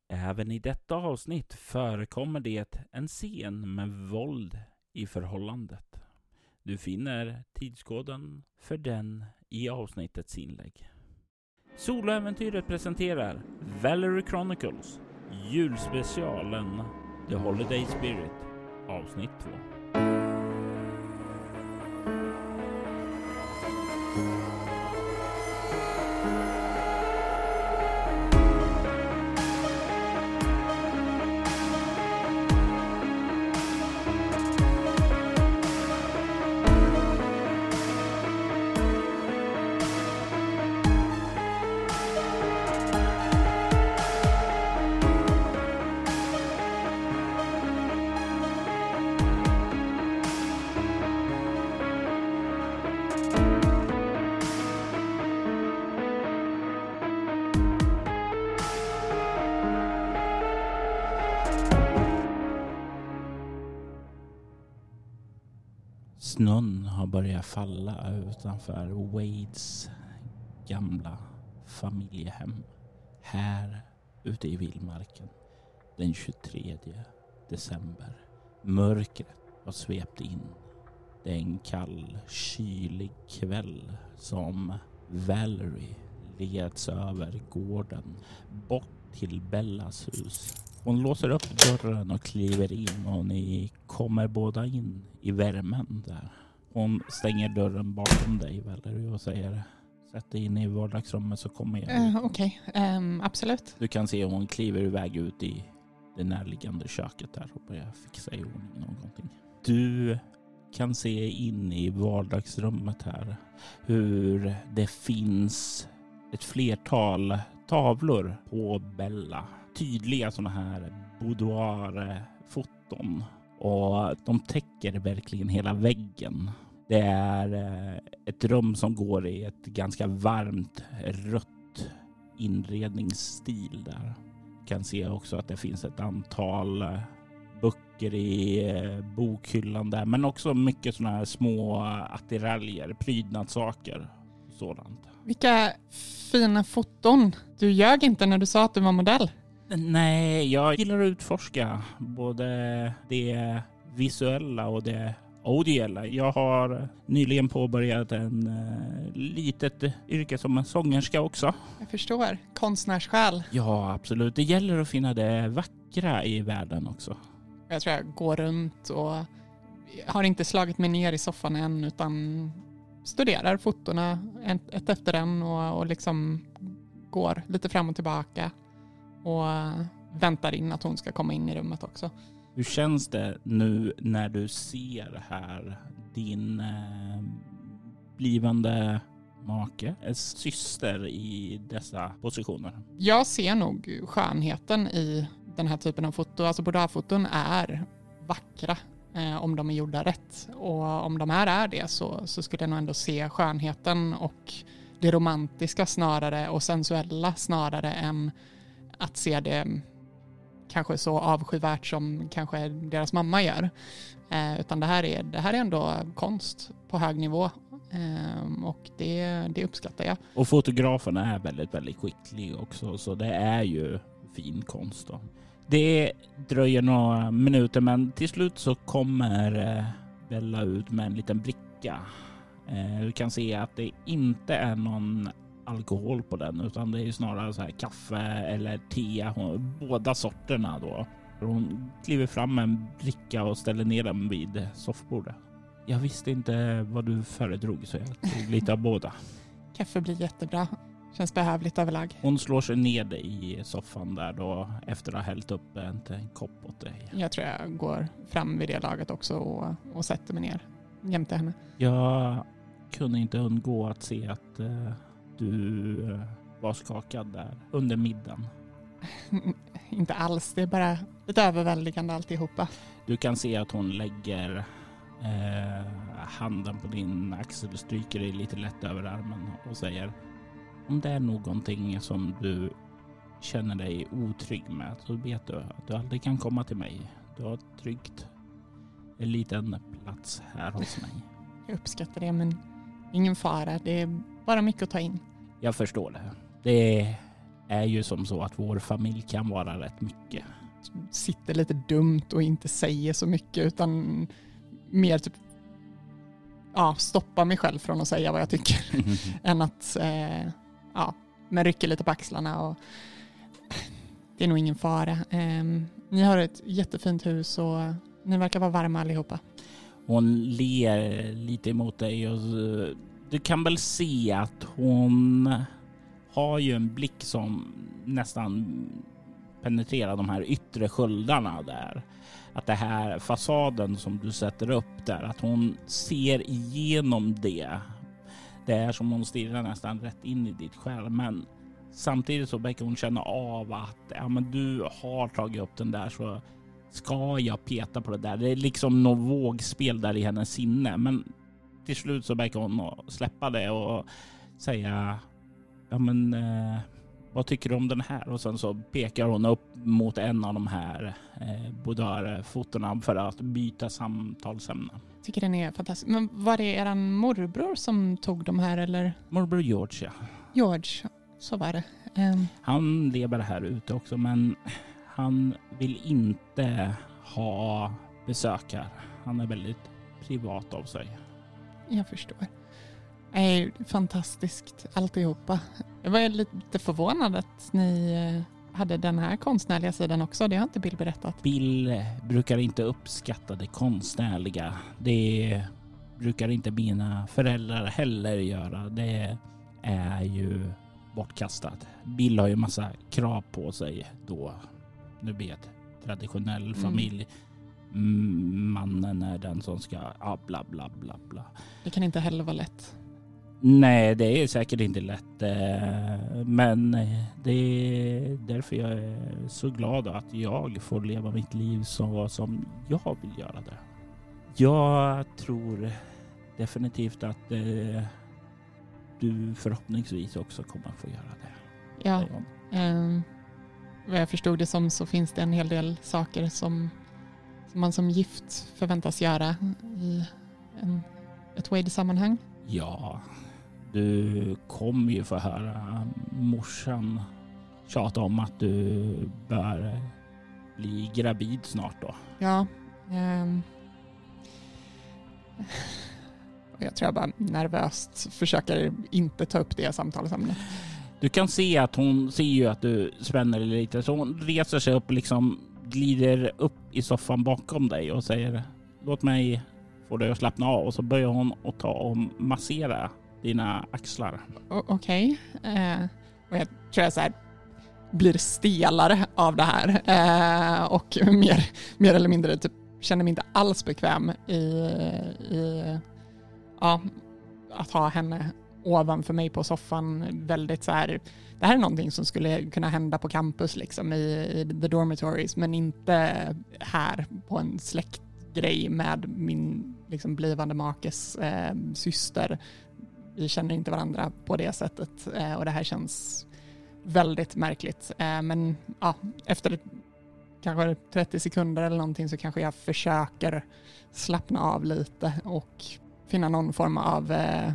Även i detta avsnitt förekommer det en scen med våld i förhållandet. Du finner tidskoden för den i avsnittets inlägg. Soloäventyret presenterar Valerie Chronicles julspecialen The Holiday Spirit avsnitt 2. Snön har börjat falla utanför Wades gamla familjehem här ute i vildmarken den 23 december. Mörkret har svept in. Det är en kall, kylig kväll som Valerie leds över gården bort till Bellas hus. Hon låser upp dörren och kliver in och ni kommer båda in i värmen där. Hon stänger dörren bakom dig, Valerie, och säger: sätt dig in i vardagsrummet så kommer jag. Okej, absolut. Du kan se hon kliver iväg ut i det närliggande köket där och börjar fixa i ordning någonting. Du kan se in i vardagsrummet här hur det finns ett flertal tavlor på Bella. Tydliga såna här boudoir-foton. Och de täcker verkligen hela väggen. Det är ett rum som går i ett ganska varmt rött inredningsstil där. Du kan se också att det finns ett antal böcker i bokhyllan där. Men också mycket såna här små attiraljer, prydnadssaker och sådant. Vilka fina foton. Du ljög inte när du sa att du var modell. Nej, jag gillar att utforska både det visuella och det audiella. Jag har nyligen påbörjat en litet yrke som en sångerska också. Jag förstår. Konstnärssjäl. Ja, absolut. Det gäller att finna det vackra i världen också. Jag tror jag går runt och har inte slagit mig ner i soffan än utan studerar fotona ett efter en och liksom går lite fram och tillbaka. Och väntar in att hon ska komma in i rummet också. Hur känns det nu när du ser här din blivande make, syster i dessa positioner? Jag ser nog skönheten i den här typen av foto. Alltså boudoir-foton är vackra om de är gjorda rätt. Och om de här är det så skulle jag nog ändå se skönheten och det romantiska snarare och sensuella snarare än att se det kanske så avskyvärt som kanske deras mamma gör. Utan det här är ändå konst på hög nivå. Och det uppskattar jag. Och fotografen är väldigt, väldigt skicklig också. Så det är ju fin konst då. Det dröjer några minuter men till slut så kommer Bella ut med en liten bricka. Du kan se att det inte är någon alkohol på den utan det är snarare så här kaffe eller te, båda sorterna då. Hon kliver fram med en bricka och ställer ner den vid soffbordet. Jag visste inte vad du föredrog så jag tog lite av båda. Kaffe blir jättebra. Känns behövligt överlag. Hon slår sig ner i soffan där då efter att ha hällt upp en kopp åt dig. Jag tror jag går fram vid det laget också och sätter mig ner jämte henne. Jag kunde inte undgå att se att du var skakad där under middagen. Inte alls, det är bara lite överväldigande alltihopa. Du kan se att hon lägger handen på din axel, stryker dig lite lätt över armen och säger: om det är någonting som du känner dig otrygg med så vet du att du aldrig kan komma till mig. Du har tryggt en liten plats här hos mig. Jag uppskattar det men ingen fara, det är bara mycket att ta in. Jag förstår det. Det är ju som så att vår familj kan vara rätt mycket. Sitter lite dumt och inte säger så mycket utan mer typ stoppa mig själv från att säga vad jag tycker än att men rycker lite på axlarna och det är nog ingen fara. Ni har ett jättefint hus och ni verkar vara varma allihopa. Hon ler lite emot dig och du kan väl se att hon har ju en blick som nästan penetrerar de här yttre sköldarna där. Att det här fasaden som du sätter upp där, att hon ser igenom det. Det är som hon stirrar nästan rätt in i ditt själ, men samtidigt så verkar hon känna av att men du har tagit upp den där, så ska jag peta på det där. Det är liksom något vågspel där i hennes sinne, men till slut så verkar hon släppa det och säga vad tycker du om den här? Och sen så pekar hon upp mot en av de här boudoir-fotorna för att byta samtalsämne. Jag tycker den är fantastisk. Men var det eran morbror som tog de här eller? Morbror George, ja. George, så var det. Han lever här ute också, men han vill inte ha besökare. Han är väldigt privat av sig. Jag förstår. Det är fantastiskt alltihopa. Jag var lite förvånad att ni hade den här konstnärliga sidan också. Det har inte Bill berättat. Bill brukar inte uppskatta det konstnärliga. Det brukar inte mina föräldrar heller göra. Det är ju bortkastat. Bill har ju massa krav på sig då. Du vet, traditionell familj. Mannen är den som ska bla bla bla bla. Det kan inte heller vara lätt. Nej, det är säkert inte lätt. Men det är därför jag är så glad att jag får leva mitt liv så som jag vill göra det. Jag tror definitivt att du förhoppningsvis också kommer få göra det. Ja, vad jag förstod det som så finns det en hel del saker som man som gift förväntas göra i ett Wade-sammanhang. Ja, du kommer ju få höra morsan tjata om att du bör bli gravid snart då. Ja, jag tror jag bara nervöst försöker inte ta upp det samtalsämnet. Du kan se att hon ser ju att du spänner dig lite, så hon reser sig upp och liksom glider upp i soffan bakom dig och säger: låt mig få dig att slappna av. Och så börjar hon att ta och massera dina axlar. Okej. Och jag tror jag så här blir stelare av det här. Och mer eller mindre typ känner mig inte alls bekväm i att ha henne ovanför mig på soffan. Väldigt så här, det här är någonting som skulle kunna hända på campus liksom i the dormitories, men inte här på en släktgrej med min liksom blivande makes syster. Vi känner inte varandra på det sättet och det här känns väldigt märkligt. Men efter kanske 30 sekunder eller någonting så kanske jag försöker slappna av lite och finna någon form av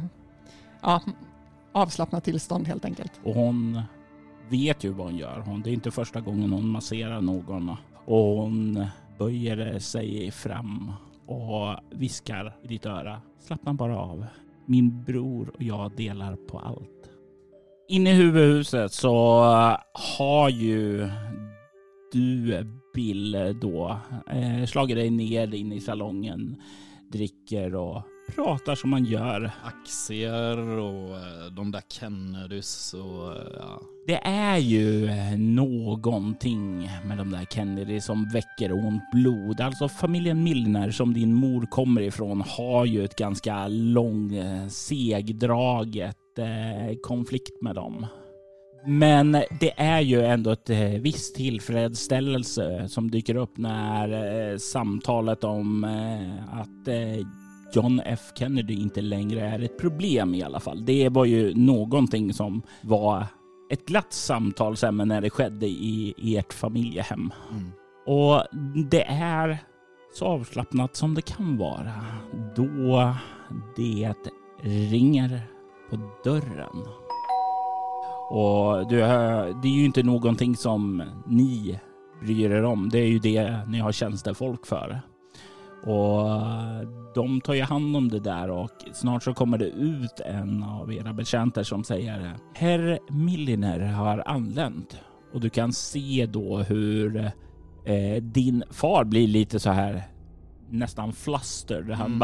avslappnat tillstånd helt enkelt. Och hon vet ju vad hon gör. Det är inte första gången hon masserar någon. Och hon böjer sig fram och viskar i ditt öra: slappna bara av. Min bror och jag delar på allt. Inne i huvudhuset så har ju du, Bill, då slagit dig ner in i salongen, dricker och pratar som man gör. Aktier och de där Kennedys och Det är ju någonting med de där Kennedy som väcker ont blod. Alltså familjen Milner som din mor kommer ifrån har ju ett ganska segdraget konflikt med dem. Men det är ju ändå ett viss tillfredsställelse som dyker upp när samtalet om att John F. Kennedy inte längre är ett problem i alla fall. Det var ju någonting som var ett glatt samtalsämne när det skedde i ert familjehem. Och det är så avslappnat som det kan vara då det ringer på dörren. Och det är ju inte någonting som ni bryr er om. Det är ju det ni har tjänstefolk för. Och de tar ju hand om det där och snart så kommer det ut en av era betjänter som säger: Herr Milliner har anlänt. Och du kan se då hur din far blir lite så här nästan flaster. Han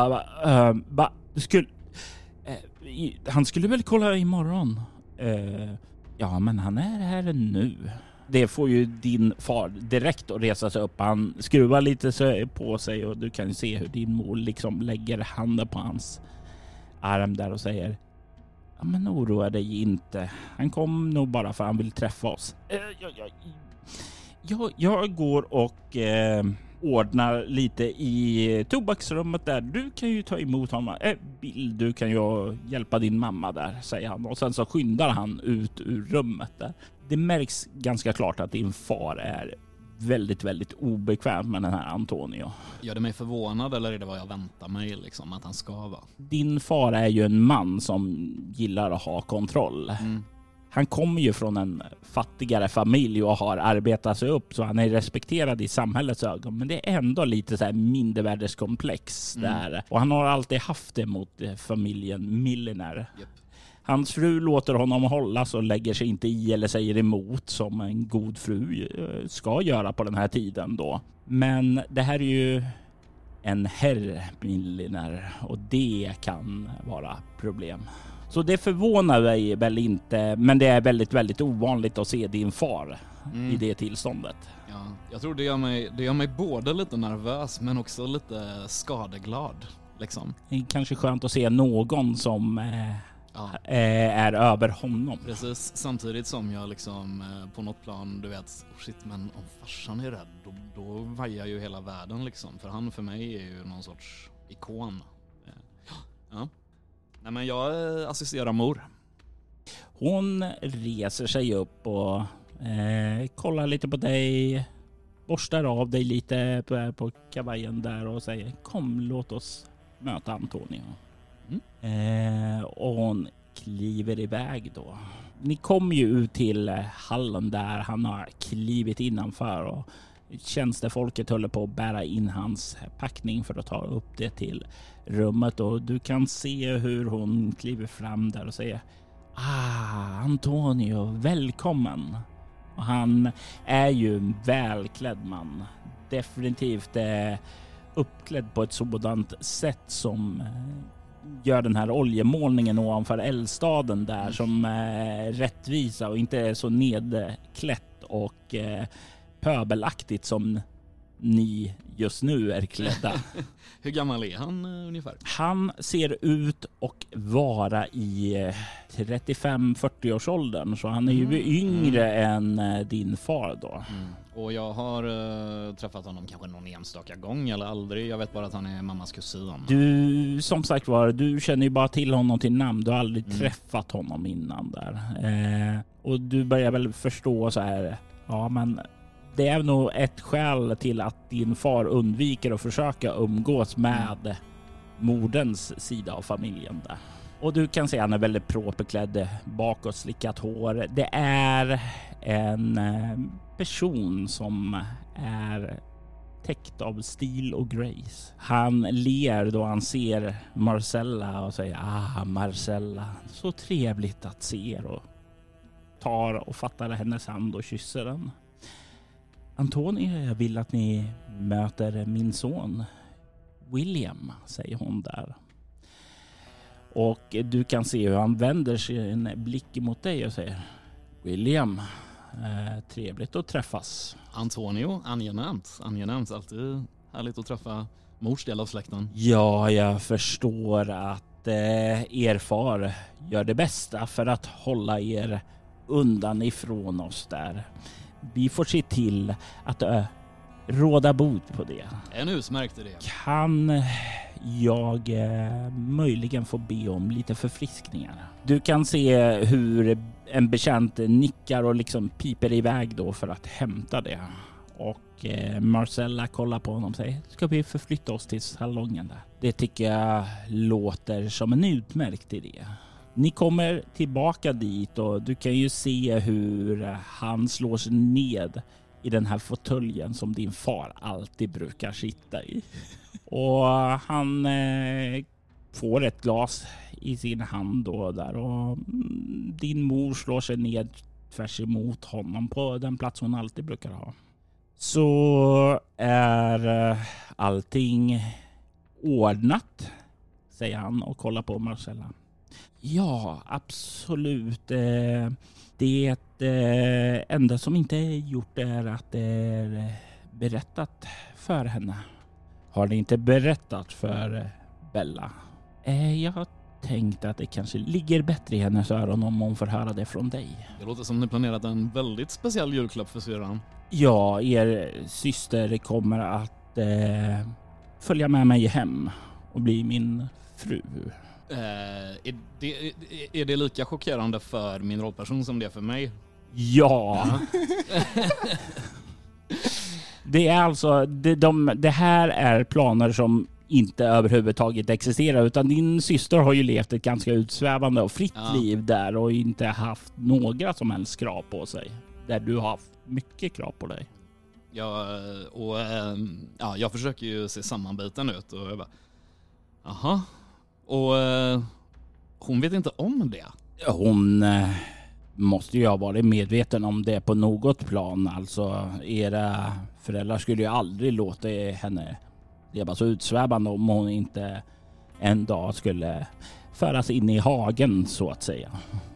han skulle väl kolla imorgon. Ja, men han är här nu. Det får ju din far direkt att resa sig upp. Han skruvar lite på sig och du kan se hur din mor liksom lägger handen på hans arm där och säger: ja, men oroa dig inte. Han kom nog bara för han vill träffa oss. Jag går och ordnar lite i tobaksrummet där. Du kan ju ta emot honom. Bill, du kan ju hjälpa din mamma där, säger han. Och sen så skyndar han ut ur rummet där. Det märks ganska klart att din far är väldigt, väldigt obekväm med den här Antonio. Gör det mig förvånad eller är det vad jag väntar mig liksom att han ska vara? Din far är ju en man som gillar att ha kontroll. Han kommer ju från en fattigare familj och har arbetat sig upp, så han är respekterad i samhällets ögon. Men det är ändå lite så här mindervärdeskomplex där. Och han har alltid haft det mot familjen Milliner. Yep. Hans fru låter honom hållas och lägger sig inte i eller säger emot som en god fru ska göra på den här tiden då. Men det här är ju en herr Milliner och det kan vara problem. Så det förvånar mig väl inte, men det är väldigt, väldigt ovanligt att se din far i det tillståndet. Ja, jag tror det gör mig både lite nervös men också lite skadeglad liksom. Det är kanske skönt att se någon som är över honom. Precis, samtidigt som jag liksom på något plan, du vet, shit, men om farsan är rädd då vajar ju hela världen liksom. För han för mig är ju någon sorts ikon. Ja. Nej, men jag assisterar mor. Hon reser sig upp och kollar lite på dig, borstar av dig lite på kavajen där och säger: kom, låt oss möta Antonio. Och hon kliver iväg då. Ni kommer ju ut till hallen där han har klivit innanför och tjänstefolket håller på att bära in hans packning för att ta upp det till rummet, och du kan se hur hon kliver fram där och säger: Antonio, välkommen. Och han är ju en välklädd man. Definitivt uppklädd på ett sådant sätt som gör den här oljemålningen ovanför eldstaden där som rättvisa och inte så nedklätt och pöbelaktigt som ni just nu är klädda. Hur gammal är han ungefär? Han ser ut att vara i 35-40 års åldern, så han är ju yngre än din far då. Och jag har träffat honom kanske någon enstaka gång eller aldrig. Jag vet bara att han är mammas kusin. Du, som sagt var, du känner ju bara till honom till namn. Du har aldrig träffat honom innan där. Och du börjar väl förstå så här, ja, men det är nog ett skäl till att din far undviker att försöka umgås med moderns sida av familjen där. Och du kan se att han är väldigt properklädd, bakåt slickat hår. Det är en person som är täckt av stil och grace. Han ler då han ser Marcella och säger: Marcella, så trevligt att se er, och tar och fattar hennes hand och kysser den. Antonio, jag vill att ni möter min son William, säger hon där. Och du kan se hur han vänder sin blick mot dig och säger: William, trevligt att träffas. Antonio, angenämt. Alltid härligt att träffa mors del av släkten. Ja, jag förstår att er far gör det bästa för att hålla er undan ifrån oss där. Vi får se till att råda bot på det. En utmärkt idé. Kan jag möjligen få be om lite förfriskningar? Du kan se hur en betjänt nickar och liksom piper iväg då för att hämta det. Och Marcella kollar på honom och säger: ska vi förflytta oss till salongen där? Det tycker jag låter som en utmärkt idé. Ni kommer tillbaka dit och du kan ju se hur han slår sig ned i den här fåtöljen som din far alltid brukar sitta i. Och han får ett glas i sin hand då där och din mor slår sig ned tvärs emot honom på den plats hon alltid brukar ha. Så är allting ordnat, säger han och kollar på Marcella. Ja, absolut. Det enda som inte är gjort är att det är berättat för henne. Har ni inte berättat för Bella? Jag tänkte att det kanske ligger bättre i hennes öron om hon får höra det från dig. Det låter som ni planerat en väldigt speciell julklapp för syrran. Ja, er syster kommer att följa med mig hem och bli min fru. Är det lika chockerande för min rollperson som det är för mig? Ja. Det är alltså det här är planer som inte överhuvudtaget existerar, utan din syster har ju levt ett ganska utsvävande och fritt liv där och inte haft några som helst krav på sig. Där du har haft mycket krav på dig. Ja, och jag försöker ju se sammanbiten ut och jag bara, aha. Och hon vet inte om det. Hon måste ju ha varit medveten om det på något plan. Alltså era föräldrar skulle ju aldrig låta henne leva så utsvävande om hon inte en dag skulle föras in i hagen så att säga.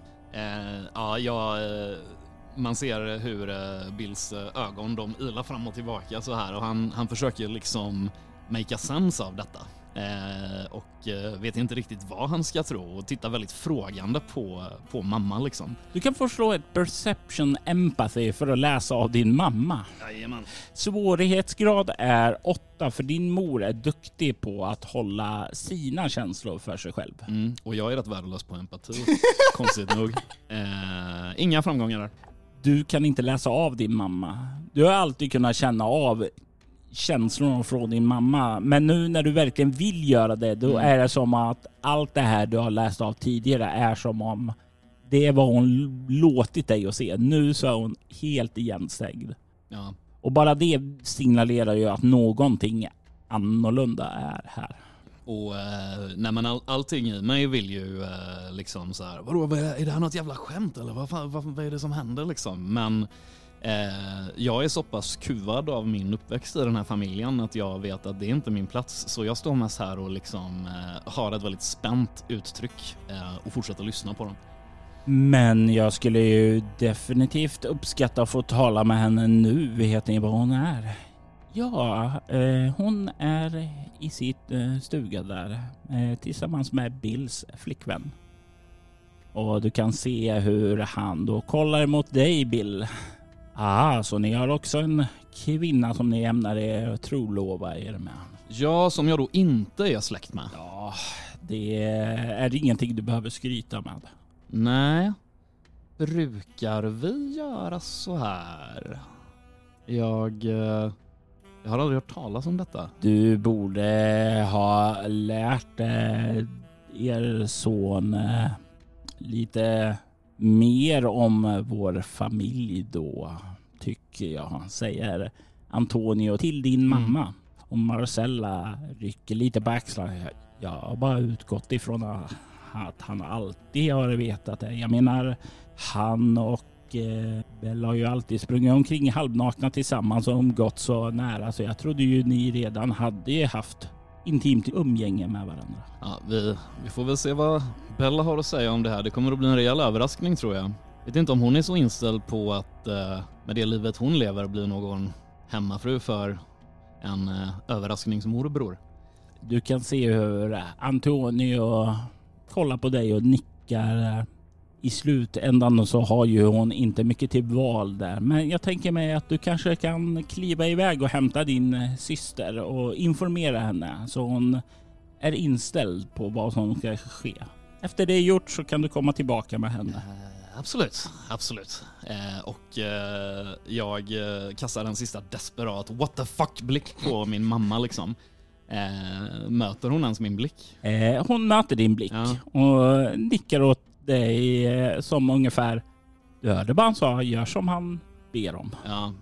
Man ser hur Bills ögon de ilar fram och tillbaka så här och han försöker liksom make sense av detta. Och vet inte riktigt vad han ska tro och tittar väldigt frågande på mamma liksom. Du kan få slå ett perception empathy för att läsa av din mamma. Jajamän. Svårighetsgrad är 8 för din mor är duktig på att hålla sina känslor för sig själv. Och jag är rätt värdelös på empati, konstigt nog. Inga framgångar där. Du kan inte läsa av din mamma. Du har alltid kunnat känna av känslorna från din mamma. Men nu när du verkligen vill göra det, då är det som att allt det här du har läst av tidigare är som om det var hon låtit dig att se. Nu så är hon helt igenstängd. Ja. Och bara det signalerar ju att någonting annorlunda är här. Och nej, men allting i mig vill ju liksom så här, vadå, är det här något jävla skämt eller vad är det som händer liksom? Men jag är så pass kuvad av min uppväxt i den här familjen att jag vet att det är inte min plats. Så jag står mest här och liksom har ett väldigt spänt uttryck och fortsätter lyssna på dem. Men jag skulle ju definitivt uppskatta att få tala med henne nu. Vet ni vad hon är? Ja, hon är i sitt stuga där tillsammans med Bills flickvän. Och du kan se hur han då kollar mot dig, Bill. Så ni har också en kvinna som ni ämnar er trolova er med. Ja, som jag då inte är släkt med. Ja, det är ingenting du behöver skryta med. Nej. Brukar vi göra så här? Jag har aldrig hört talas om detta. Du borde ha lärt er son lite mer om vår familj då, tycker jag, säger Antonio till din mamma. Och Marcella rycker lite på axlarna. Jag har bara utgått ifrån att han alltid har vetat det. Jag menar, han och Bella har ju alltid sprungit omkring halvnakna tillsammans och umgått så nära, så jag trodde ju ni redan hade haft intimt umgänge med varandra. Ja, vi får väl se vad Bella har att säga om det här. Det kommer att bli en rejäl överraskning, tror jag. Vet inte om hon är så inställd på att med det livet hon lever blir någon hemmafru för en överraskningsmorbror. Du kan se hur Antonio kollar på dig och nickar. I slutändan så har ju hon inte mycket till val där. Men jag tänker mig att du kanske kan kliva iväg och hämta din syster och informera henne så hon är inställd på vad som ska ske. Efter det är gjort så kan du komma tillbaka med henne. Absolut. Jag kastar en sista desperat what the fuck blick på min mamma liksom. Möter hon ens min blick? Hon möter din blick och nickar åt Det är som ungefär, du hörde bara han sa, gör som han ber om. Ja.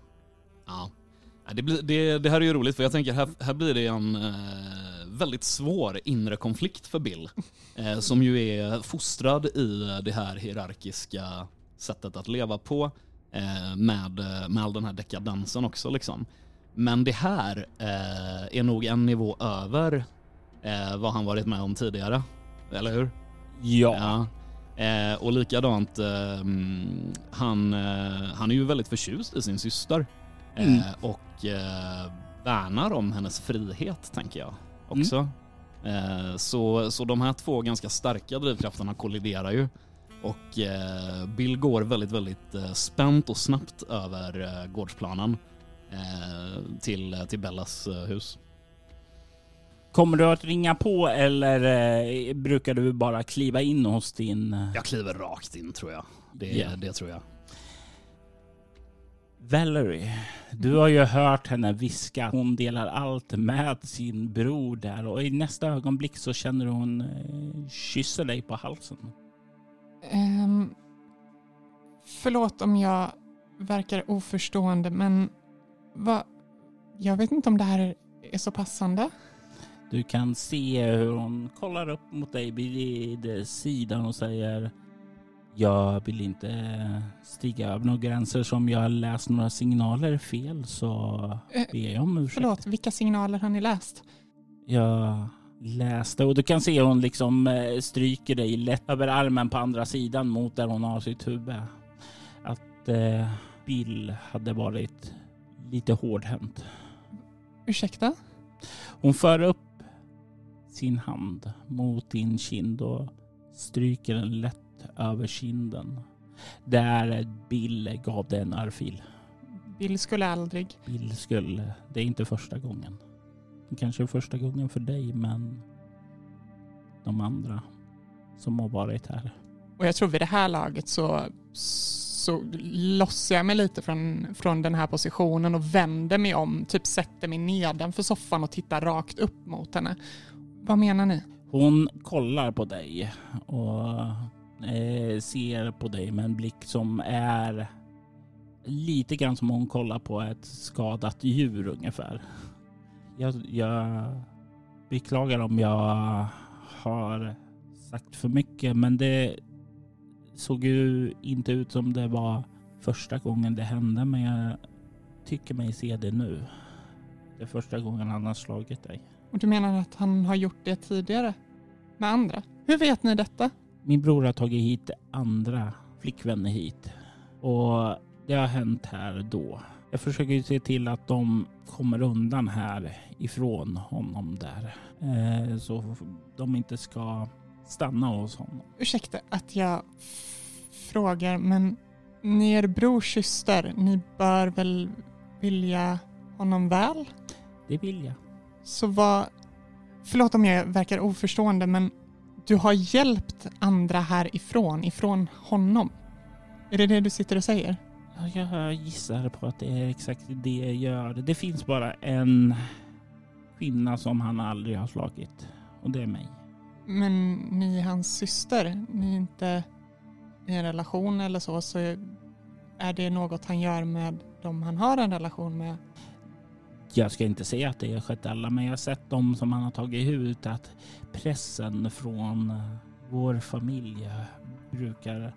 Det här är ju roligt, för jag tänker här blir det en väldigt svår inre konflikt för Bill. Som ju är fostrad i det här hierarkiska sättet att leva på. Med all den här dekadansen också liksom. Men det här är nog en nivå över vad han varit med om tidigare. Eller hur? Ja. Och likadant, han är ju väldigt förtjust i sin syster. Och värnar om hennes frihet, tänker jag också. Så de här två ganska starka drivkrafterna kolliderar ju. Och Bill går väldigt, väldigt spänt och snabbt över gårdsplanen till Bellas hus. Kommer du att ringa på eller brukar du bara kliva in hos din... Jag kliver rakt in, tror jag. Det tror jag. Valerie, du har ju hört henne viska. Hon delar allt med sin bror där. Och i nästa ögonblick så känner hon kysser dig på halsen. Förlåt om jag verkar oförstående, men jag vet inte om det här är så passande. Du kan se hur hon kollar upp mot dig vid sidan och säger: jag vill inte stiga över några gränser. Som jag har läst några signaler fel så ber jag om ursäkt. Förlåt, vilka signaler har ni läst? Jag läste, och du kan se hon liksom stryker dig lätt över armen på andra sidan mot där hon har sitt huvud. Att Bill hade varit lite hårdhänt. Ursäkta? Hon för upp sin hand mot din kind och stryker den lätt över kinden. Där Bill gav dig en örfil. Bill skulle aldrig. Bill skulle. Det är inte första gången. Kanske första gången för dig, men de andra som har varit här. Och jag tror vid det här laget så lossar jag mig lite från den här positionen och vänder mig om. Typ sätter mig nedanför soffan och tittar rakt upp mot henne. Vad menar ni? Hon kollar på dig och ser på dig med en blick som är lite grann som hon kollar på ett skadat djur ungefär. Jag beklagar om jag har sagt för mycket, men det såg ju inte ut som det var första gången det hände, men jag tycker mig se det nu. Det är första gången han har slagit dig. Och du menar att han har gjort det tidigare med andra? Hur vet ni detta? Min bror har tagit hit andra flickvänner hit. Och det har hänt här då. Jag försöker ju se till att de kommer undan här ifrån honom där. Så de inte ska stanna hos honom. Ursäkta att jag frågar, men ni är brors syster. Ni bör väl vilja honom väl? Det vill jag. Så förlåt om jag verkar oförstående, men du har hjälpt andra ifrån honom. Är det du sitter och säger? Ja, jag gissar på att det är exakt det jag gör. Det finns bara en kvinna som han aldrig har slagit. Och det är mig. Men ni är hans syster. Ni är inte i en relation eller så är det något han gör med dem han har en relation med? Jag ska inte säga att det är skett alla, men jag har sett dem som han har tagit ut, att pressen från vår familj brukar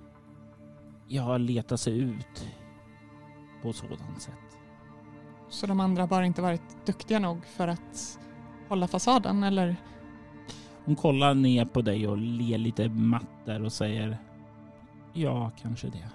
leta sig ut på sådant sätt. Så de andra har bara inte varit duktiga nog för att hålla fasaden, eller? Hon kollar ner på dig och ler lite matt där och säger: ja, kanske det.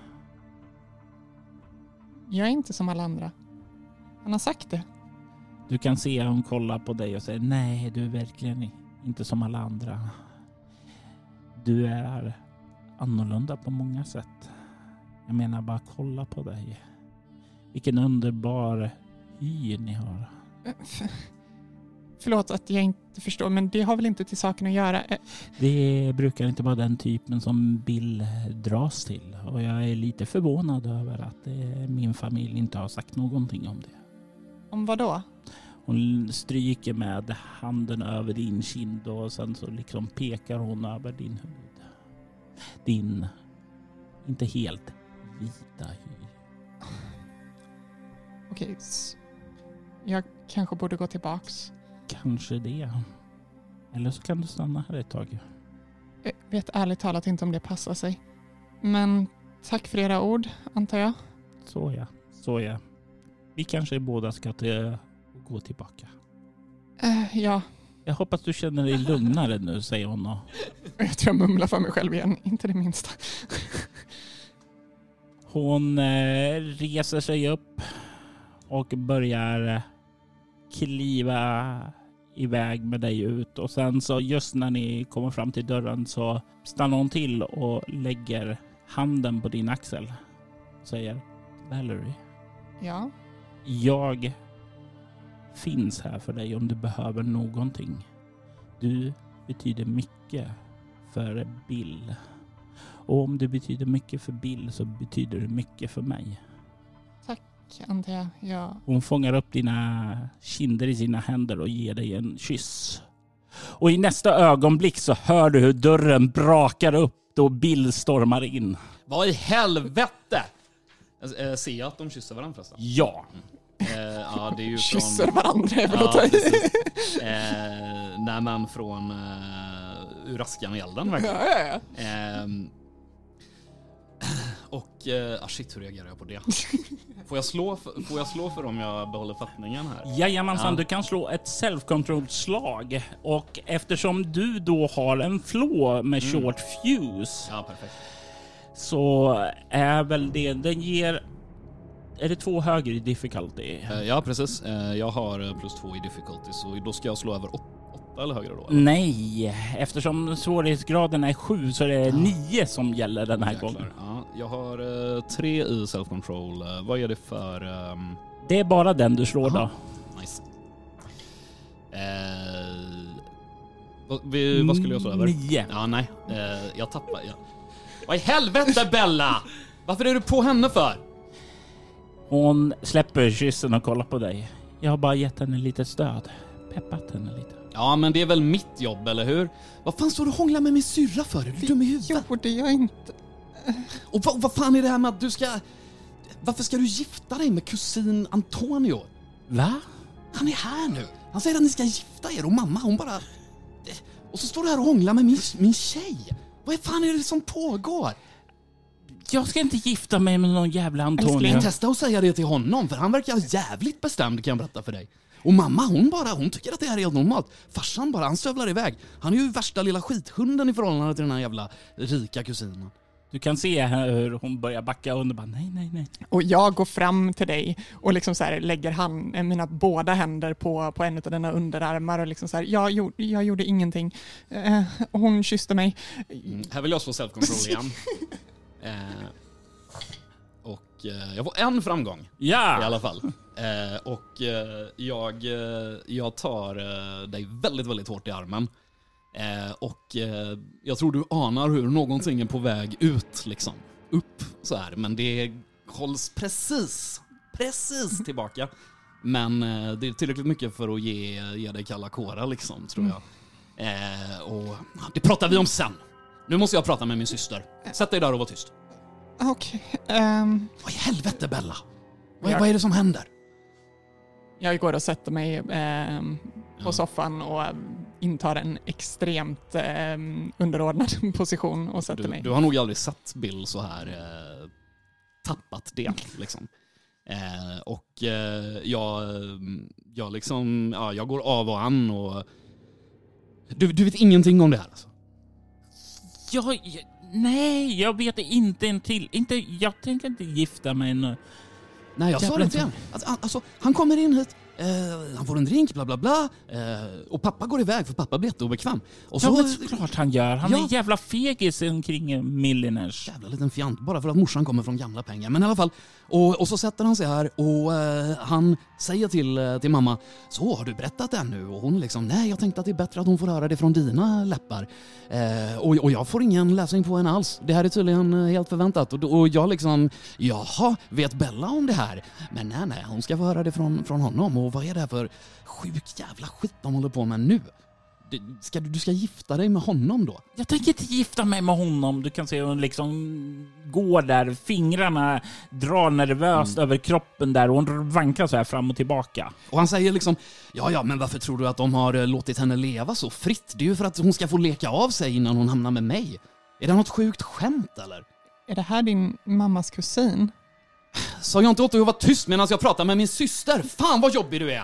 Jag är inte som alla andra. Han har sagt det. Du kan se hon kollar på dig och säger: nej, du är verkligen inte som alla andra. Du är annorlunda på många sätt. Jag menar, bara kolla på dig. Vilken underbar hy ni har. Förlåt att jag inte förstår, men det har väl inte till saken att göra. Det brukar inte vara den typen som Bill dras till. Och jag är lite förvånad över att min familj inte har sagt någonting om det. Om vad då? Hon stryker med handen över din kind och sen så liksom pekar hon över din huvud. din inte helt vita hy. Okej, jag kanske borde gå tillbaks. Kanske det. Eller så kan du stanna här ett tag. Jag vet ärligt talat inte om det passar sig. Men tack för era ord, antar jag. Så ja. Vi kanske båda ska gå tillbaka. Ja. Jag hoppas du känner dig lugnare nu, säger hon. Jag tror jag mumlar för mig själv igen, inte det minsta. Hon reser sig upp och börjar kliva iväg med dig ut. Och sen så just när ni kommer fram till dörren så stannar hon till och lägger handen på din axel. Säger: Valerie. Ja? Jag finns här för dig om du behöver någonting. Du betyder mycket för Bill. Och om du betyder mycket för Bill så betyder du mycket för mig. Tack, antar jag. Ja. Hon fångar upp dina kinder i sina händer och ger dig en kyss. Och i nästa ögonblick så hör du hur dörren brakar upp då Bill stormar in. Vad i helvete? Ser jag att de kysser varandra förresten? Ja. Ja, det är ju Kysser från... varandra, jag vill Ja, ta i. Nej, men från ur askan i elden verkligen. Ja. Och shit, hur reagerar jag på det? Får jag slå för om jag behåller fattningen här? Jajamensan, Ja. du kan slå ett self-control-slag. Och eftersom du då har en flå med short fuse, Ja, perfekt. så är väl det, den ger... Är det 2 högre i difficulty? Ja, precis. Jag har +2 i difficulty, så då ska jag slå över 8 eller högre då? Eller? Nej, eftersom svårighetsgraden är 7 så är det 9 som gäller den här Jäklar. gången. Ja, jag har 3 i self-control. Vad är det för... Det är bara den du slår Aha. då. Nice. Vad skulle jag slå över? 9. Ja, nej. Jag tappar. Ja. Vad i helvete, Bella? Varför är du på henne för? Hon släpper kyssen och kollar på dig. Jag har bara gett henne lite stöd. Peppat henne lite. Ja, men det är väl mitt jobb, eller hur? Vad fan står du och hånglar med min syrra för? Är du dum i huvudet? Gjorde jag inte. Och vad fan är det här med att du ska... Varför ska du gifta dig med kusin Antonio? Va? Han är här nu. Han säger att ni ska gifta er och mamma, hon bara... Och så står du här och hånglar med min tjej. Vad fan är det som pågår? Jag ska inte gifta mig med någon jävla Antonio. Testa att säga det till honom, för han verkar jävligt bestämd, kan jag berätta för dig. Och mamma, hon tycker att det här är helt normalt. Farsan bara, han stövlar iväg. Han är ju värsta lilla skithunden i förhållande till den här jävla rika kusinen. Du kan se hur hon börjar backa under. Bara, nej. Och jag går fram till dig och liksom så här lägger mina båda händer på en av dina underarmar och liksom så här, jag gjorde ingenting. Hon kysste mig. Här vill jag slå self-control igen. Och jag får en framgång. Ja! I alla fall. Jag tar dig väldigt, väldigt hårt i armen. Jag tror du anar hur någonting är på väg ut liksom. Upp så här. Men det hålls precis tillbaka. Men det är tillräckligt mycket för att ge dig kalla kårar liksom, tror jag. Och det pratar vi om sen. Nu måste jag prata med min syster. Sätt dig där och var tyst. Okej. Vad i helvete, Bella? Vad är det som händer? Jag går och sätter mig på soffan och intar en extremt underordnad position och sätter mig. Du har nog aldrig sett Bill så här tappat det liksom. Jag liksom, ja, jag går av och an och du vet ingenting om det här alltså. Nej, jag vet inte jag tänker inte gifta mig nu. Nej, jag sa det till honom. Alltså, han kommer in hit, han får en drink, bla bla bla, och pappa går iväg för pappa blir jätteobekväm. Och så, Ja, men såklart han gör. Han är en jävla fegis kring milliners. Jävla liten fjant, bara för att morsan kommer från gamla pengar. Men i alla fall, och så sätter han sig här och han säger till mamma, så har du berättat det nu? Och hon liksom, nej, jag tänkte att det är bättre att hon får höra det från dina läppar. Och jag får ingen läsning på henne alls. Det här är tydligen helt förväntat. Och jag liksom, jaha, vet Bella om det här? Men nej, hon ska få höra det från honom. Och vad är det här för sjuk jävla skit de håller på med nu? Du ska gifta dig med honom då? Jag tänker inte gifta mig med honom. Du kan se hon liksom går där. Fingrarna drar nervöst över kroppen där. Och hon vankar så här fram och tillbaka. Och han säger liksom, ja, men varför tror du att de har låtit henne leva så fritt? Det är ju för att hon ska få leka av sig innan hon hamnar med mig. Är det något sjukt skämt eller? Är det här din mammas kusin? Sa jag inte åt dig att vara tyst medan jag pratar med min syster? Fan vad jobbig du är!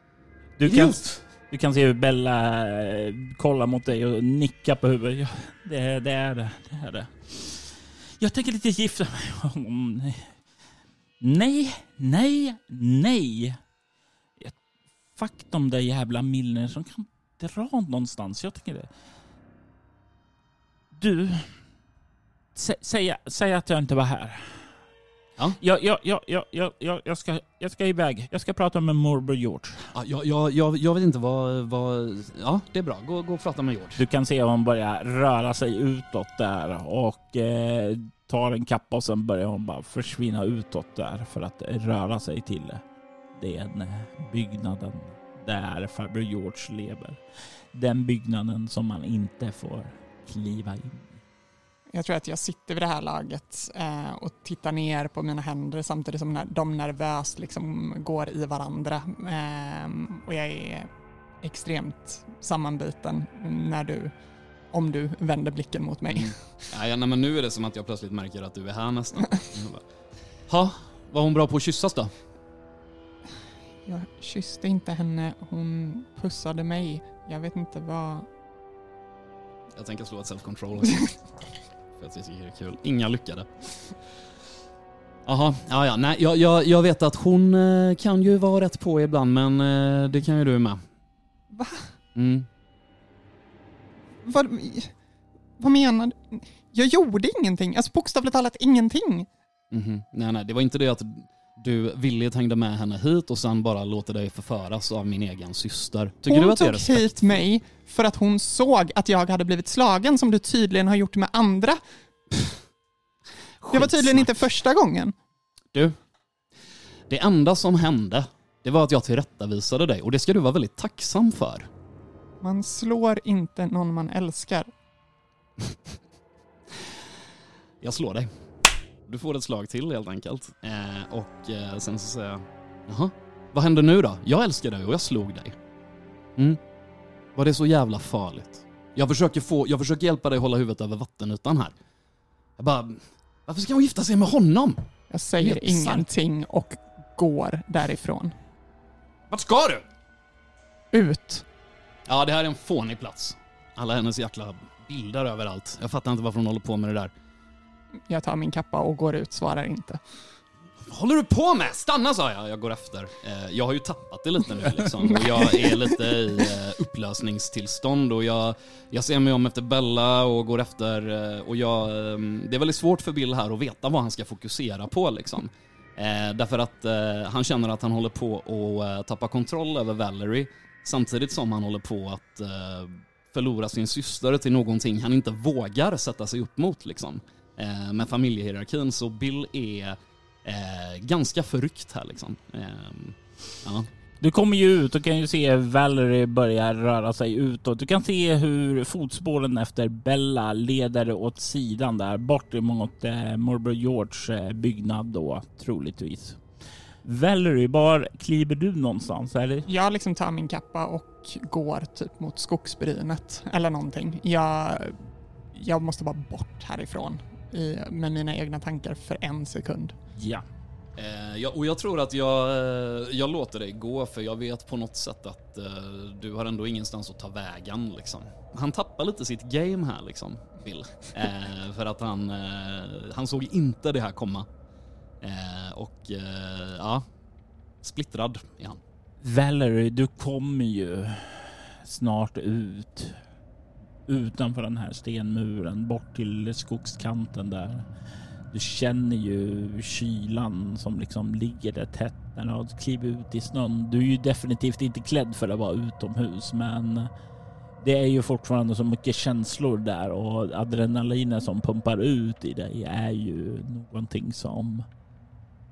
Du kan se hur Bella kollar mot dig och nickar på huvudet. Ja, det är det. Jag tänker inte gifta mig. Nej. Fuck de där jävla Milner som kan dra någonstans. Jag tänker det. Du, säg att jag inte var här. Ja. Jag ska iväg. Jag ska prata med morbror George. Jag vet inte vad... Ja, det är bra. Gå och prata med George. Du kan se hur hon börjar röra sig utåt där och tar en kappa och sen börjar hon bara försvinna utåt där för att röra sig till den byggnaden där farbror George lever. Den byggnaden som man inte får kliva in. Jag tror att jag sitter vid det här laget och tittar ner på mina händer samtidigt som de nervöst liksom går i varandra. Och jag är extremt sammanbiten om du vänder blicken mot mig. Ja, men nu är det som att jag plötsligt märker att du är här nästan. Var hon bra på att kyssas då? Jag kysste inte henne, hon pussade mig. Jag vet inte vad... Jag tänker slå ett self-control. För att jag tycker det är kul. Inga lyckade. Jaha, ja. Nej, jag vet att hon kan ju vara rätt på ibland, men det kan ju du med. Va? Mm. Vad menar du? Jag gjorde ingenting. Alltså bokstavligt talat ingenting. Nej, det var inte det att du villigt hängde med henne hit och sen bara låter dig förföras av min egen syster. Tycker hon du att det är tog hit mig för att hon såg att jag hade blivit slagen som du tydligen har gjort med andra. Det var tydligen inte första gången. Du, det enda som hände, det var att jag tillrättavisade dig och det ska du vara väldigt tacksam för. Man slår inte någon man älskar. Jag slår dig. Du får ett slag till helt enkelt. Sen så säger jag, jaha, vad händer nu då? Jag älskar dig och jag slog dig. Var det så jävla farligt? Jag försöker hjälpa dig hålla huvudet över vattenytan här. Jag bara, varför ska hon gifta sig med honom? Jag säger ingenting och går därifrån. Vart ska du? Ut. Ja, det här är en fånig plats. Alla hennes jäkla bilder överallt. Jag fattar inte varför hon håller på med det där. Jag tar min kappa och går ut, svarar inte. Vad håller du på med? Stanna, sa jag. Jag går efter. Jag har ju tappat det lite nu liksom. Och jag är lite i upplösningstillstånd. Och jag ser mig om efter Bella och går efter. Och det är väldigt svårt för Bill här att veta vad han ska fokusera på liksom. Därför att han känner att han håller på att tappa kontroll över Valerie. Samtidigt som han håller på att förlora sin syster till någonting han inte vågar sätta sig upp mot liksom. Med familjehierarkin, så Bill är ganska förryckt här liksom. Ja. Du kommer ju ut och kan ju se Valerie börja röra sig utåt. Du kan se hur fotspåren efter Bella leder åt sidan där, bort emot morbror George byggnad då, troligtvis. Valerie, var kliver du någonstans? Eller? Jag liksom tar min kappa och går typ mot skogsbrynet eller någonting. Jag måste bara bort härifrån med mina egna tankar för en sekund. Ja. Och jag tror att jag låter dig gå, för jag vet på något sätt att du har ändå ingenstans att ta vägen liksom. Han tappar lite sitt game här liksom, Bill. För att han såg inte det här komma. Splittrad är han. Valerie, du kommer ju snart ut utanför den här stenmuren, bort till skogskanten där. Du känner ju kylan som liksom ligger där tätt när du har klivit ut i snön. Du är ju definitivt inte klädd för att vara utomhus, men det är ju fortfarande så mycket känslor där, och adrenalinen som pumpar ut i dig är ju någonting som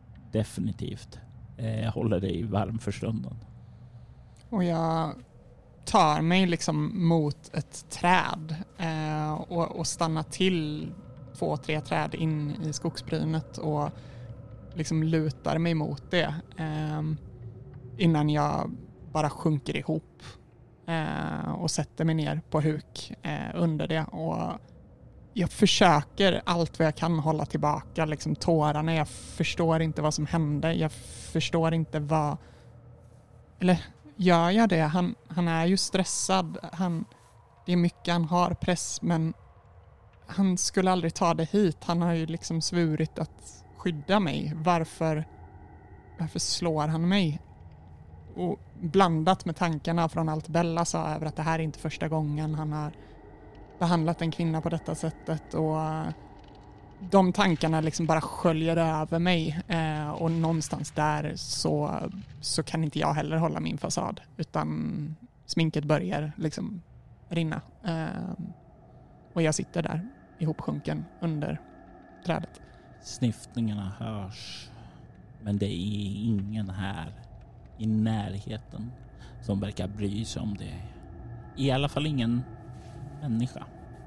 definitivt håller dig varm för stunden. Och jag tar mig liksom mot ett träd och stannar till 2-3 träd in i skogsbrynet och liksom lutar mig mot det innan jag bara sjunker ihop och sätter mig ner på huk under det. Och jag försöker allt vad jag kan hålla tillbaka liksom tårarna. Jag förstår inte vad som hände. Jag förstår inte vad... Eller gör jag det? Han är ju stressad. Det är mycket han har press, men han skulle aldrig ta det hit. Han har ju liksom svurit att skydda mig. Varför slår han mig? Och blandat med tankarna från allt Bella sa över att det här är inte första gången han har behandlat en kvinna på detta sättet, och de tankarna liksom bara sköljer över mig och någonstans där så kan inte jag heller hålla min fasad, utan sminket börjar liksom rinna och jag sitter där ihopsjunken under trädet. Sniftningarna hörs, men det är ingen här i närheten som verkar bry sig om det. I alla fall ingen människa.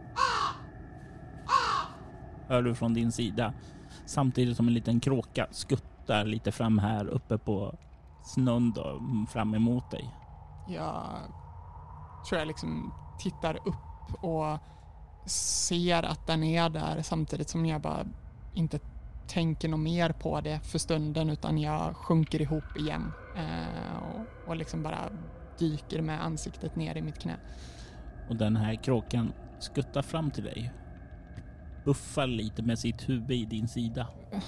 Hör du från din sida, samtidigt som en liten kråka skuttar lite fram här uppe på snön då, fram emot dig. Jag tror jag liksom tittar upp och ser att den är där, samtidigt som jag bara inte tänker något mer på det för stunden, utan jag sjunker ihop igen och liksom bara dyker med ansiktet ner i mitt knä. Och den här kråkan skuttar fram till dig. Buffar lite med sitt huvud i din sida.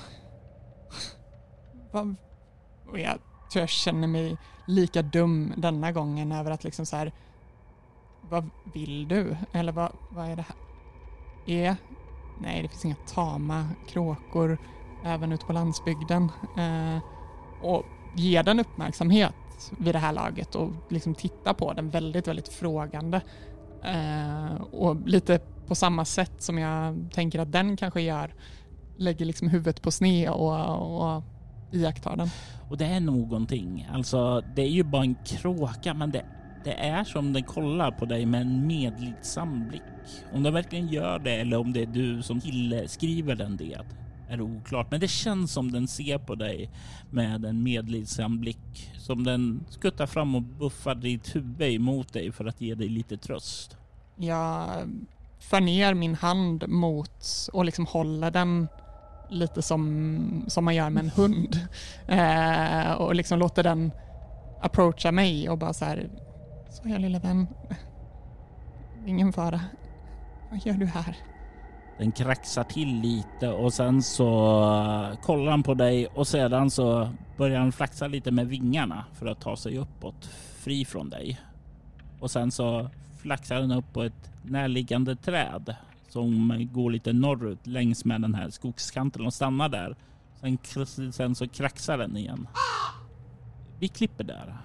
Och jag tror jag känner mig lika dum denna gången över att liksom så här, vad vill du? Eller vad är det här? Nej, det finns inga tama kråkor även ute på landsbygden. Och ge den uppmärksamhet vid det här laget och liksom titta på den väldigt, väldigt frågande. Och lite på samma sätt som jag tänker att den kanske gör, lägger liksom huvudet på sned och iakttar den. Och det är någonting, alltså det är ju bara en kråka, men det är som den kollar på dig med en medlidsam blick. Om den verkligen gör det eller om det är du som skriver den det är oklart. Men det känns som den ser på dig med en medlidsam blick. Som den skuttar fram och buffar ditt huvud emot dig för att ge dig lite tröst. Jag för ner min hand mot och liksom håller den lite som man gör med en hund. Och liksom låter den approacha mig och bara så här: så jag lilla vän, ingen fara. Vad gör du här? Den kraxar till lite och sen så kollar han på dig och sedan så börjar han flaxa lite med vingarna för att ta sig uppåt fri från dig. Och sen så flaxar den upp på ett närliggande träd som går lite norrut längs med den här skogskanten och stannar där. Sen så kraxar den igen. Vi klipper där.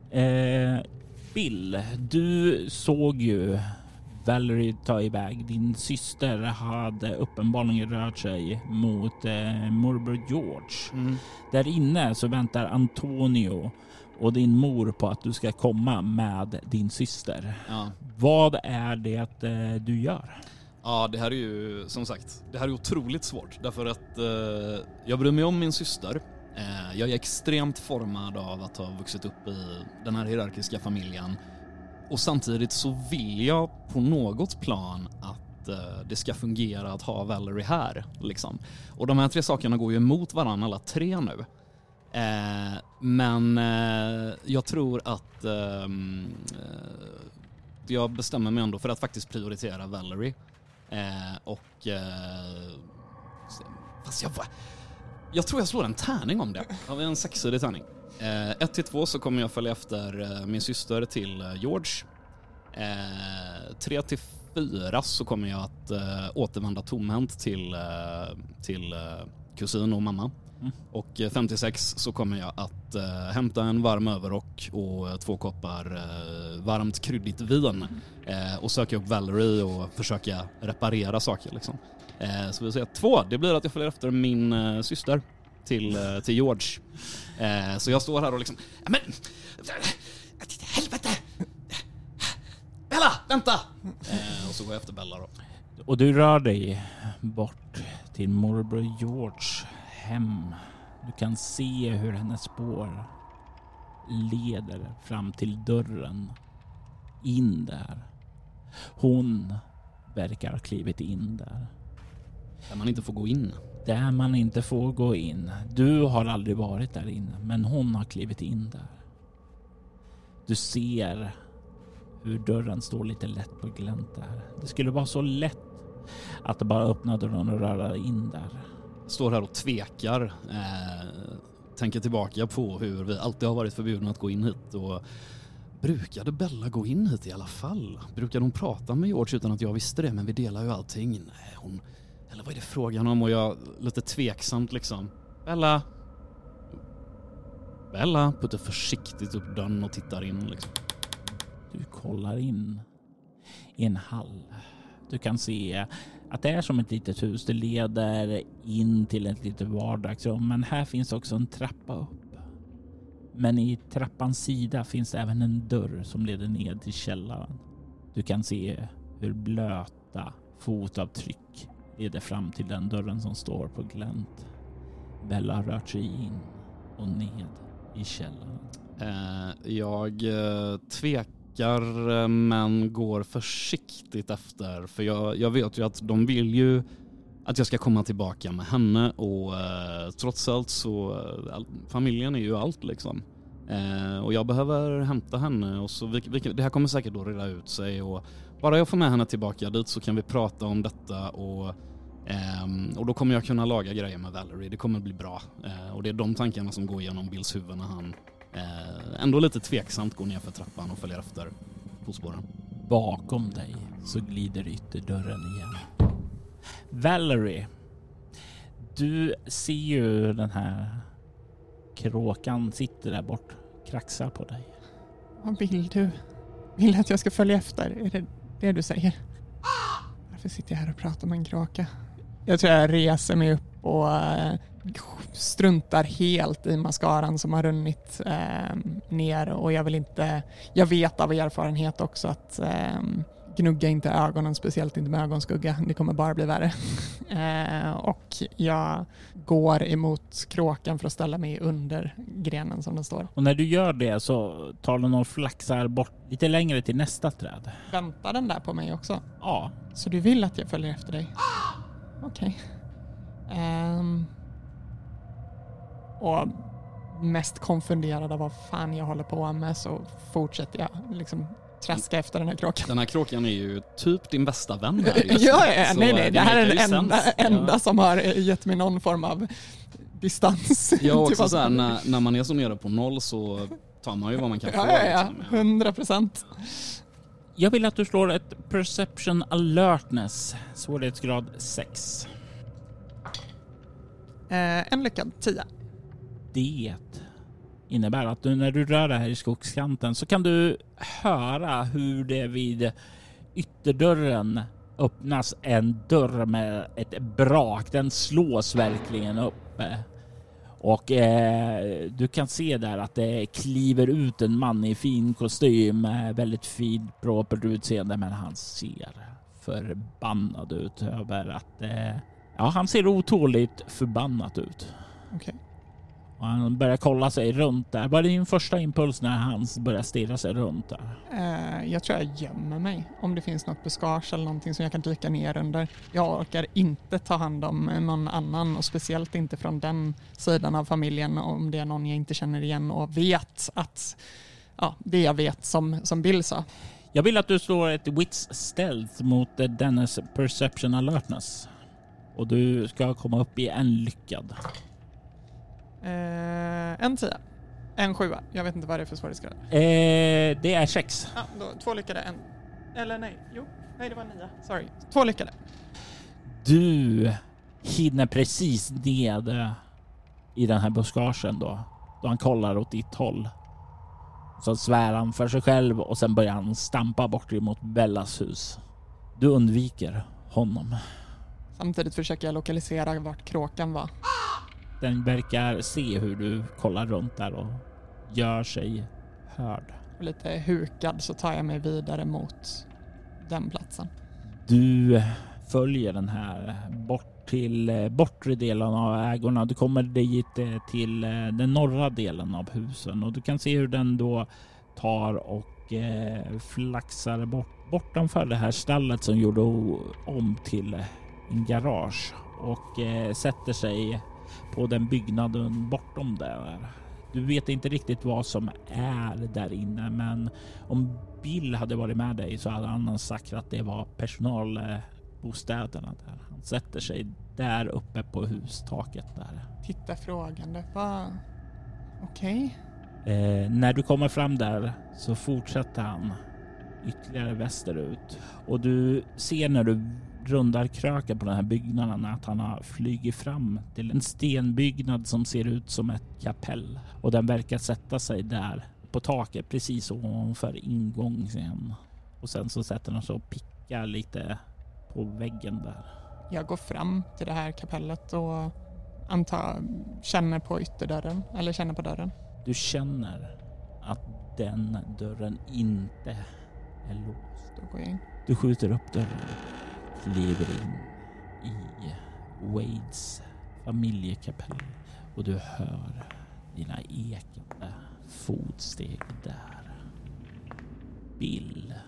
Bill, du såg ju Valerie ta iväg. Din syster hade uppenbarligen rört sig mot morbror George. Där inne så väntar Antonio och din mor på att du ska komma med din syster. Ja. Vad är det du gör? Ja, det här är ju som sagt, det här är otroligt svårt. Därför att jag bryr mig om min syster. Jag är extremt formad av att ha vuxit upp i den här hierarkiska familjen. Och samtidigt så vill jag på något plan att det ska fungera att ha Valerie här. Liksom. Och de här 3 sakerna går ju emot varandra alla 3 nu. Men jag tror att jag bestämmer mig ändå för att faktiskt prioritera Valerie. Fast jag tror jag slår en tärning om det. Av en 6-sidig tärning. 1-2 så kommer jag följa efter min syster till George. 3-4 så kommer jag att återvända tomhänt till kusin och mamma. Och 5-6 så kommer jag att hämta en varm överrock och 2 koppar varmt kryddigt vin och söka upp Valerie och försöka reparera saker liksom. Så vi säger 2, det blir att jag följer efter min syster till George. Så jag står här och liksom, men helvete! Vänta! Och så går jag efter Bella då. Och du rör dig bort till morbror George hem. Du kan se hur hennes spår leder fram till dörren in där. Hon verkar ha klivit in där. Där man inte får gå in. Där man inte får gå in. Du har aldrig varit där inne, men hon har klivit in där. Du ser hur dörren står lite lätt på glänt där. Det skulle vara så lätt att bara öppna dörren och röra in där. Står här och tvekar. Tänker tillbaka på hur vi alltid har varit förbjudna att gå in hit. Och brukade Bella gå in hit i alla fall? Brukade hon prata med George utan att jag visste det? Men vi delar ju allting. Nej, hon... Eller vad är det frågan om? Och jag lite tveksamt liksom. Bella puttar försiktigt upp dörren och tittar in liksom. Du kollar in i en hall. Du kan se att det är som ett litet hus. Det leder in till ett litet vardagsrum. Men här finns också en trappa upp. Men i trappans sida finns även en dörr som leder ner till källaren. Du kan se hur blöta fotavtryck leder fram till den dörren som står på glänt. Bella har rört sig in och ned i källaren. Jag tvekar men går försiktigt efter. För jag vet ju att de vill ju att jag ska komma tillbaka med henne. Och trots allt så familjen är ju allt liksom. Och jag behöver hämta henne. Och så det här kommer säkert då reda ut sig. Och bara jag får med henne tillbaka dit så kan vi prata om detta. Och då kommer jag kunna laga grejer med Valerie. Det kommer bli bra. Och det är de tankarna som går igenom Bills huvud när han ändå lite tveksamt går ner för trappan och följer efter fotspåren. Bakom dig så glider ytterdörren igen. Valerie, du ser ju den här kråkan sitter där bort, kraxar på dig. Vad vill du? Vill du att jag ska följa efter? Är det det du säger? Varför sitter jag här och pratar med en kråka? Jag tror jag reser mig upp och struntar helt i mascaran som har runnit ner. Och jag vet av erfarenhet också att gnugga inte ögonen, speciellt inte med ögonskugga. Det kommer bara bli värre. Och jag går emot kråkan för att ställa mig under grenen som den står. Och när du gör det så tar den och flaxar bort lite längre till nästa träd. Väntar den där på mig också? Ja. Så du vill att jag följer efter dig? Okej. Och mest konfunderad av vad fan jag håller på med så fortsätter jag liksom traska efter den här kråkan. Den här kråkan är ju typ din bästa vän här just ja, nej. Det här är den enda som har gett mig någon form av distans. Ja, också så här, när man är så nere på noll så tar man ju vad man kan få. Ja, 100%. Jag vill att du slår ett Perception Alertness, svårighetsgrad 6. En lyckad 10. Det innebär att när du rör dig här i skogskanten så kan du höra hur det vid ytterdörren öppnas en dörr med ett brak. Den slås verkligen upp. Och du kan se där att det kliver ut en man i fin kostym, väldigt fint propert utseende, men han ser förbannad ut över att han ser otåligt förbannat ut. Okej. Och han börjar kolla sig runt där. Vad är din första impuls när han börjar stirra sig runt där? Jag tror jag gömmer mig. Om det finns något buskage eller någonting som jag kan dyka ner under. Jag orkar inte ta hand om någon annan. Och speciellt inte från den sidan av familjen. Om det är någon jag inte känner igen och vet att... Ja, det jag vet som Bill sa. Jag vill att du slår ett Wits Stealth mot dennes Perception Alertness. Och du ska komma upp i en lyckad. En 10. En 7. Jag vet inte vad det är för svårighetsgrad. Det är 6. Ja, då 2 lyckade. Eller nej. Jo, nej det var 9. Sorry. 2 lyckade. Du hinner precis ned i den här buskagen då han kollar åt ditt håll. Så svär han för sig själv och sen börjar han stampa bort mot Bellas hus. Du undviker honom. Samtidigt försöker jag lokalisera vart kråkan var. Den verkar se hur du kollar runt där och gör sig hörd. Och lite hukad så tar jag mig vidare mot den platsen. Du följer den här bort till bortre delen av ägorna. Du kommer dit till den norra delen av husen och du kan se hur den då tar och flaxar bortanför det här stallet som gjorde om till en garage och sätter sig på den byggnaden bortom där. Du vet inte riktigt vad som är där inne, men om Bill hade varit med dig så hade han sagt att det var personalbostäderna där. Han sätter sig där uppe på hustaket där. Tittar frågande. Okej. När du kommer fram där så fortsätter han ytterligare västerut och du ser när du rundar kröken på den här byggnaden att han har flygit fram till en stenbyggnad som ser ut som ett kapell och den verkar sätta sig där på taket precis ovanför ingången och sen så sätter han sig och pickar lite på väggen där. Jag går fram till det här kapellet och känner på ytterdörren eller känner på dörren. Du känner att den dörren inte är låst. Då går jag in. Du skjuter upp dörren, kliver in i Wades familjekapell och du hör dina ekande fotsteg där. Bill,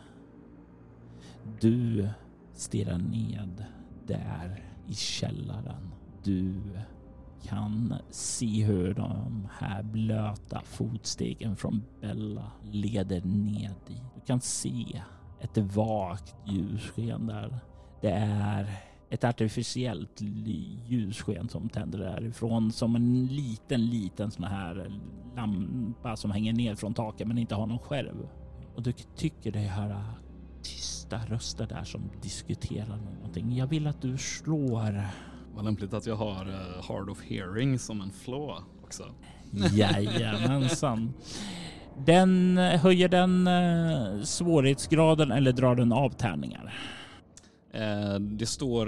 du stirrar ned där i källaren. Du kan se hur de här blöta fotstegen från Bella leder ned dit. Du kan se ett vagt ljussken där. Det är ett artificiellt ljussken som tänder därifrån som en liten sån här lampa som hänger ner från taket men inte har någon skärv. Och du tycker dig höra tysta röster där som diskuterar någonting. Jag vill att du slår. Vad lämpligt att jag har hard of hearing som en flaw också. Jajamensan. Den höjer den svårighetsgraden eller drar den av tärningar? Det står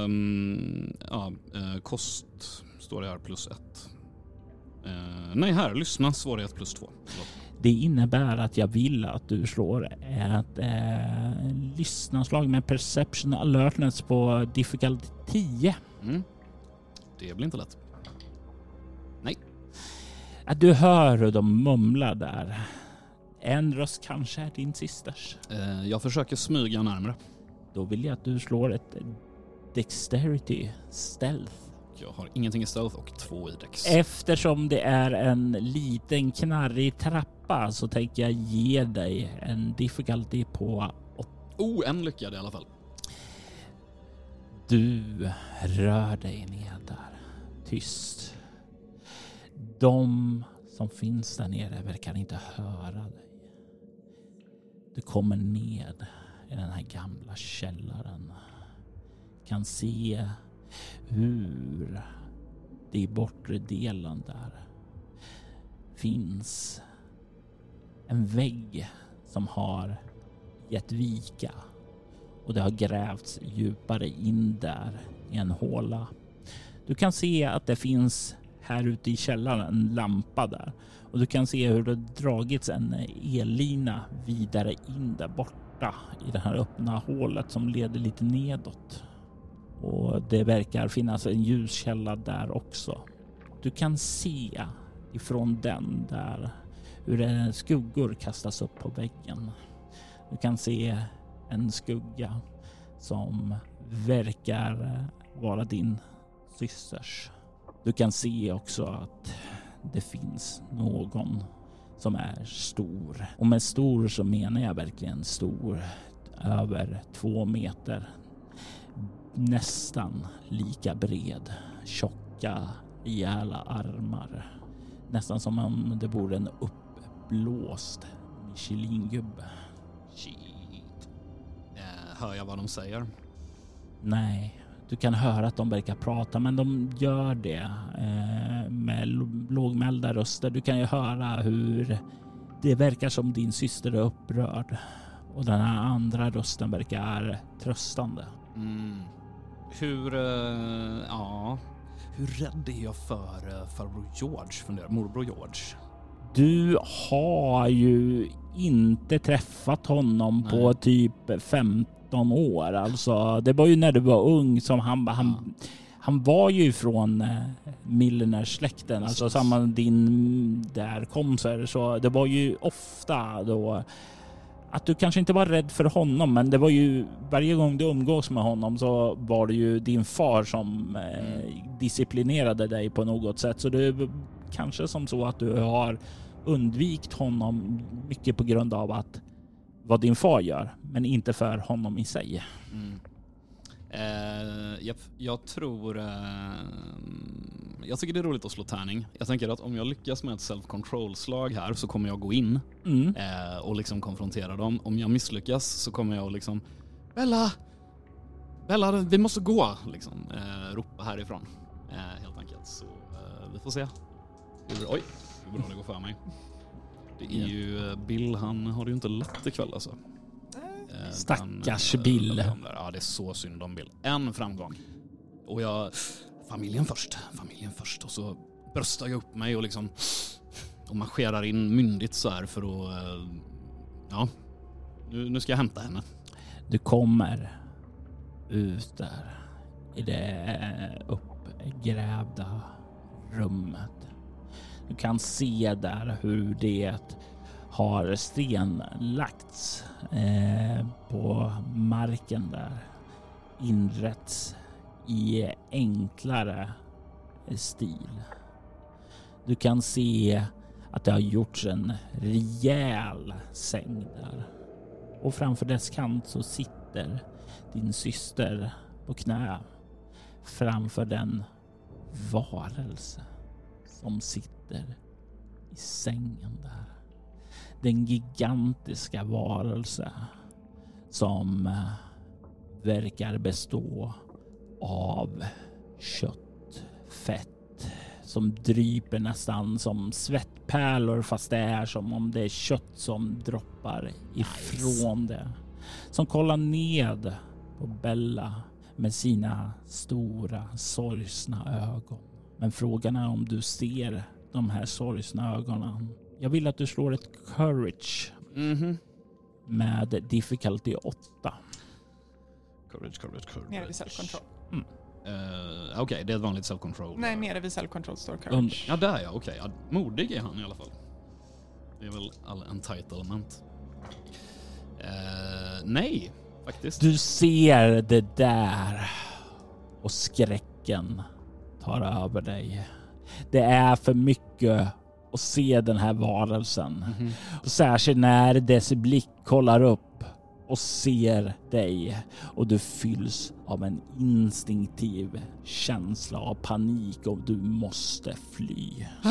kost står det här +1. Nej, här, lyssna, svårighet +2. Det innebär att jag vill att du slår ett lyssnanslag med perception alertness på difficulty 10. Det blir inte lätt. Nej. Att du hör hur de mumlar där. En röst kanske är din systers. Jag försöker smyga närmare. Då vill jag att du slår ett dexterity stealth. Jag har ingenting i stealth och 2 i dex. Eftersom det är en liten knarrig trappa så tänker jag ge dig en difficulty på 8. En lyckad i alla fall. Du rör dig ner där. Tyst. De som finns där nere verkar inte höra dig. Du kommer ned i den här gamla källaren. Kan se hur det i bortre delen där finns en vägg som har gett vika och det har grävts djupare in där i en håla. Du kan se att det finns här ute i källaren en lampa där och du kan se hur det dragits en ellina vidare in där borta i det här öppna hålet som leder lite nedåt. Och det verkar finnas en ljuskälla där också. Du kan se ifrån den där hur skuggor kastas upp på väggen. Du kan se en skugga som verkar vara din systers. Du kan se också att det finns någon som är stor. Och med stor så menar jag verkligen stor. Över 2 meter. Nästan lika bred. Tjocka, rejäla armar. Nästan som om det vore en uppblåst Michelin-gubbe. Shit. Hör jag vad de säger? Nej, du kan höra att de verkar prata, men de gör det med lågmälda röster. Du kan ju höra hur det verkar som din syster är upprörd. Och den här andra rösten verkar tröstande. Hur rädd är jag för farbror George, funderar morbror George? Du har ju inte träffat honom på typ 15 år. Alltså, det var ju när du var ung som han var ju från Milner-släkten, alltså samma din där komser. Så det var ju ofta då att du kanske inte var rädd för honom, men det var ju varje gång du umgås med honom så var det ju din far som disciplinerade dig på något sätt. Så det är kanske som så att du har undvikit honom mycket på grund av att vad din far gör, men inte för honom i sig. Jag tror... jag tycker det är roligt att slå tärning. Jag tänker att om jag lyckas med ett self-control-slag här så kommer jag gå in och liksom konfrontera dem. Om jag misslyckas så kommer jag liksom Bella, vi måste gå liksom, ropa härifrån. Helt enkelt. Så vi får se. Oj, hur bra det går för mig. Det är ju Bill, han har det ju inte lätt ikväll alltså. Stackars Bill. Ja, det är så synd om Bill. En framgång. Och familjen först. Och så bröstar jag upp mig och liksom och marscherar in myndigt så här för att nu ska jag hämta henne. Du kommer ut där i det uppgrävda rummet. Du kan se där hur det har stenlagts på marken där. Inrätts i enklare stil. Du kan se att det har gjorts en rejäl säng där. Och framför dess kant så sitter din syster på knä framför den varelse som sitter i sängen där. Den gigantiska varelse som verkar bestå av kött, fett som dryper nästan som svettpärlor, fast det är som om det är kött som droppar ifrån det. Som kollar ned på Bella med sina stora sorgsna ögon. Men frågan är om du ser de här sorgsna ögonen. Jag vill att du slår ett courage med difficulty 8. Courage. Nere vid self-control. Okej, det är ett vanligt self-control. Nej, nere vid self-control står courage. Ja, där ja, okej. Ja, modig är han i alla fall. Det är väl all entitlement. Nej, faktiskt. Du ser det där och skräcken tar över dig. Det är för mycket att se den här varelsen. Och särskilt när dess blick kollar upp och ser dig och du fylls av en instinktiv känsla av panik och du måste fly.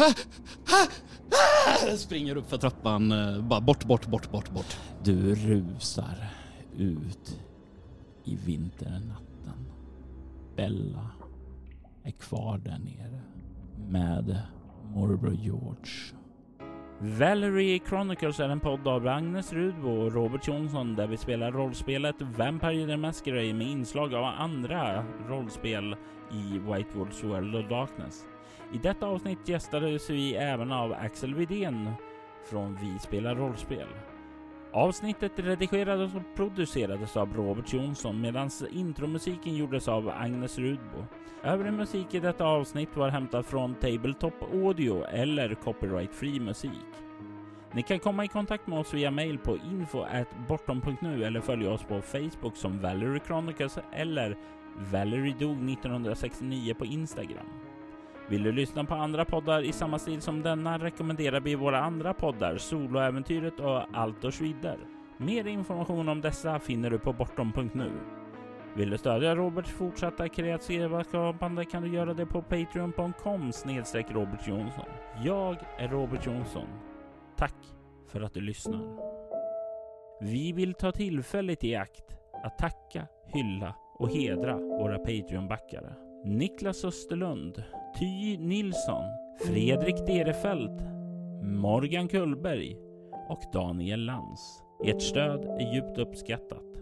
Springer upp för trappan, bara bort. Du rusar ut i vinternatten. Bella är kvar där nere med morbror George. Valerie Chronicles är en podd av Agnes Rudbo och Robert Jonsson där vi spelar rollspelet Vampire the Masquerade med inslag av andra rollspel i White Wolf's World of Darkness. I detta avsnitt gästades vi även av Axel Widén från Vi spelar rollspel. Avsnittet redigerades och producerades av Robert Jonsson medan intromusiken gjordes av Agnes Rudbo. Övrig musik i detta avsnitt var hämtad från Tabletop Audio eller copyright-free musik. Ni kan komma i kontakt med oss via mail på info@bortom.nu eller följa oss på Facebook som Valerie Chronicles eller Valerie dog 1969 på Instagram. Vill du lyssna på andra poddar i samma stil som denna rekommenderar vi våra andra poddar Soloäventyret och Altors vidder. Mer information om dessa finner du på bortom.nu. Vill du stödja Roberts fortsatta kreativa skapande kan du göra det på patreon.com/Robert Jonsson. Jag är Robert Jonsson. Tack för att du lyssnar. Vi vill ta tillfället i akt att tacka, hylla och hedra våra Patreon-backare. Niklas Österlund, Ty Nilsson, Fredrik Derefelt, Morgan Kullberg och Daniel Lantz. Ert stöd är djupt uppskattat.